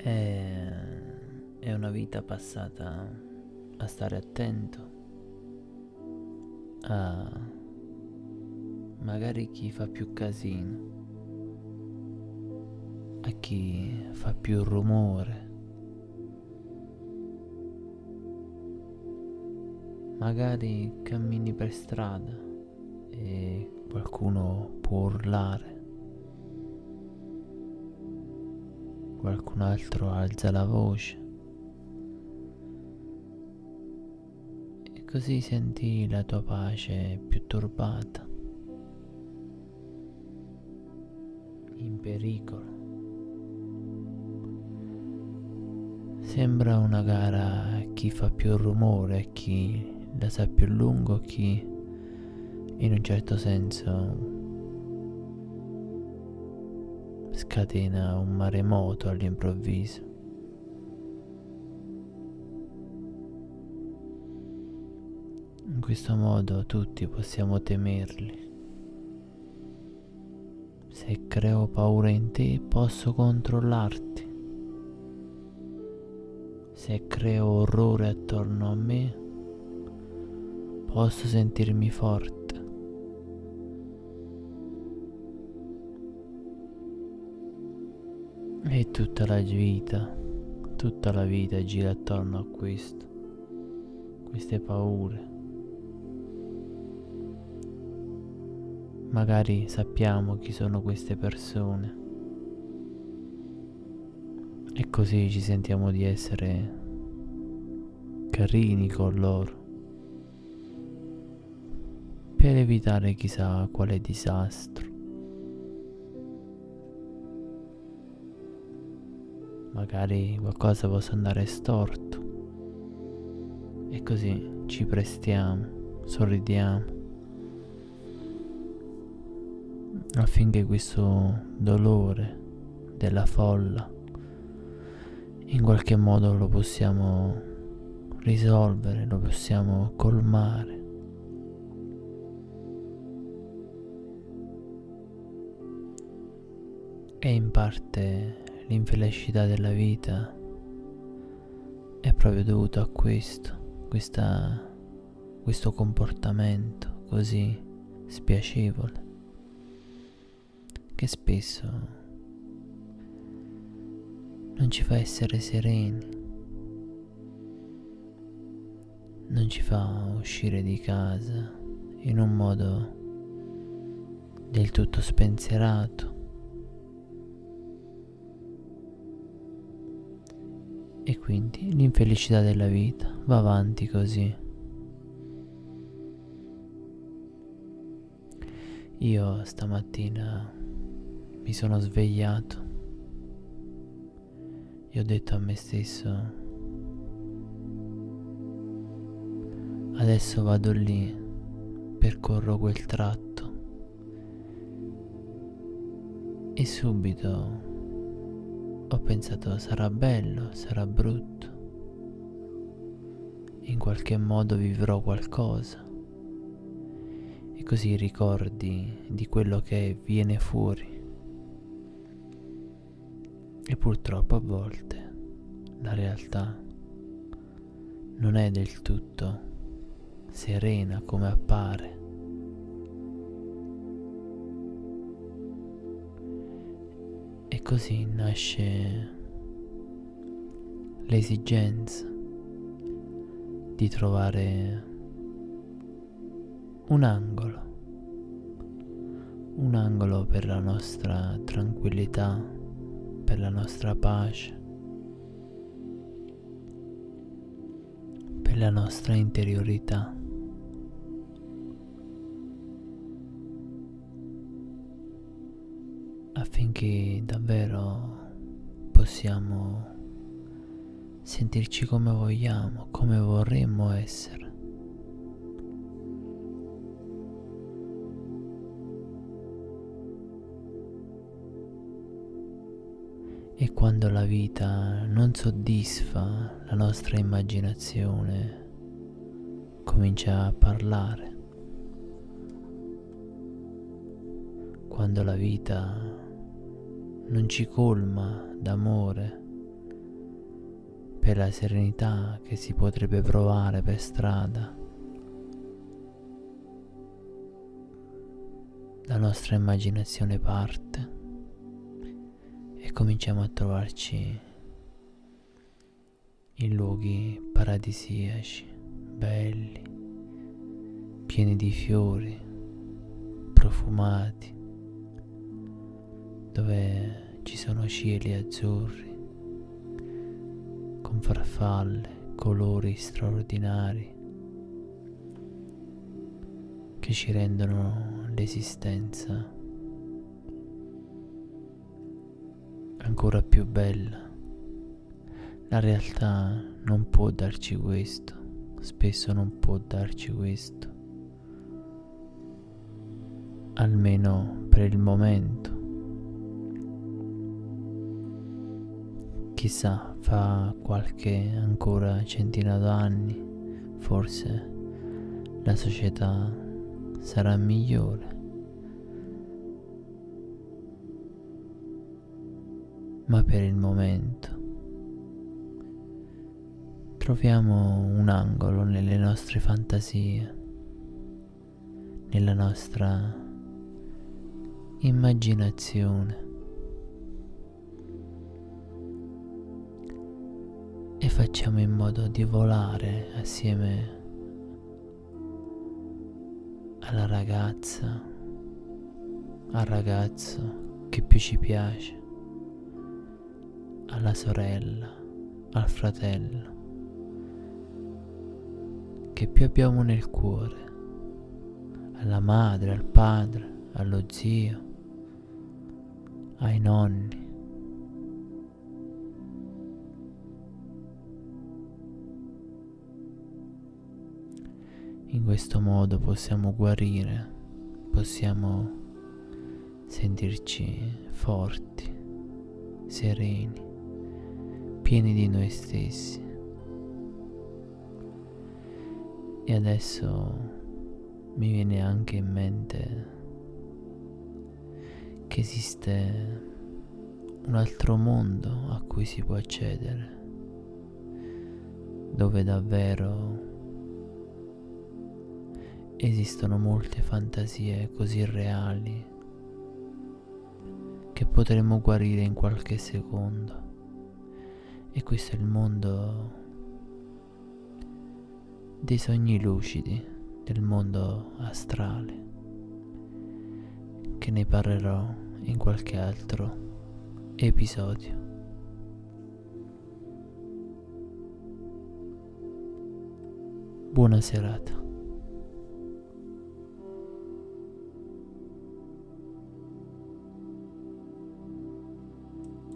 È una vita passata a stare attento a magari chi fa più casino, a chi fa più rumore, magari cammini per strada e qualcuno può urlare, qualcun altro alza la voce e così senti la tua pace più turbata, in pericolo. Sembra una gara a chi fa più rumore, a chi la sa più lungo, chi in un certo senso scatena un maremoto all'improvviso. In questo modo tutti possiamo temerli. Se creo paura in te, posso controllarti. Se creo orrore attorno a me, posso sentirmi forte. E tutta la vita gira attorno a questo, queste paure. Magari sappiamo chi sono queste persone e così ci sentiamo di essere carini con loro per evitare chissà quale disastro. Magari qualcosa possa andare storto e così ci prestiamo, sorridiamo affinché questo dolore della folla in qualche modo lo possiamo risolvere, lo possiamo colmare. E in parte l'infelicità della vita è proprio dovuta a questo comportamento così spiacevole che spesso non ci fa essere sereni, non ci fa uscire di casa in un modo del tutto spensierato. E quindi l'infelicità della vita va avanti così. Io stamattina mi sono svegliato e ho detto a me stesso: adesso vado lì, percorro quel tratto e subito ho pensato sarà bello, sarà brutto, in qualche modo vivrò qualcosa e così ricordi di quello che viene fuori. E purtroppo a volte la realtà non è del tutto serena come appare. E così nasce l'esigenza di trovare un angolo per la nostra tranquillità, per la nostra pace, per la nostra interiorità. Affinché davvero possiamo sentirci come vogliamo, come vorremmo essere. E quando la vita non soddisfa la nostra immaginazione, comincia a parlare. Quando la vita non ci colma d'amore, per la serenità che si potrebbe provare per strada. La nostra immaginazione parte e cominciamo a trovarci in luoghi paradisiaci, belli, pieni di fiori, profumati, dove ci sono cieli azzurri, con farfalle, colori straordinari che ci rendono l'esistenza ancora più bella. La realtà non può darci questo, spesso non può darci questo, almeno per il momento. Chissà, fra qualche ancora centinaio d'anni, forse la società sarà migliore. Ma per il momento troviamo un angolo nelle nostre fantasie, nella nostra immaginazione, e facciamo in modo di volare assieme alla ragazza, al ragazzo che più ci piace, alla sorella, al fratello che più abbiamo nel cuore, alla madre, al padre, allo zio, ai nonni. In questo modo possiamo guarire, possiamo sentirci forti, sereni, pieni di noi stessi. E adesso mi viene anche in mente che esiste un altro mondo a cui si può accedere, dove davvero esistono molte fantasie così reali che potremmo guarire in qualche secondo. E questo è il mondo dei sogni lucidi, del mondo astrale, che ne parlerò in qualche altro episodio. Buona serata.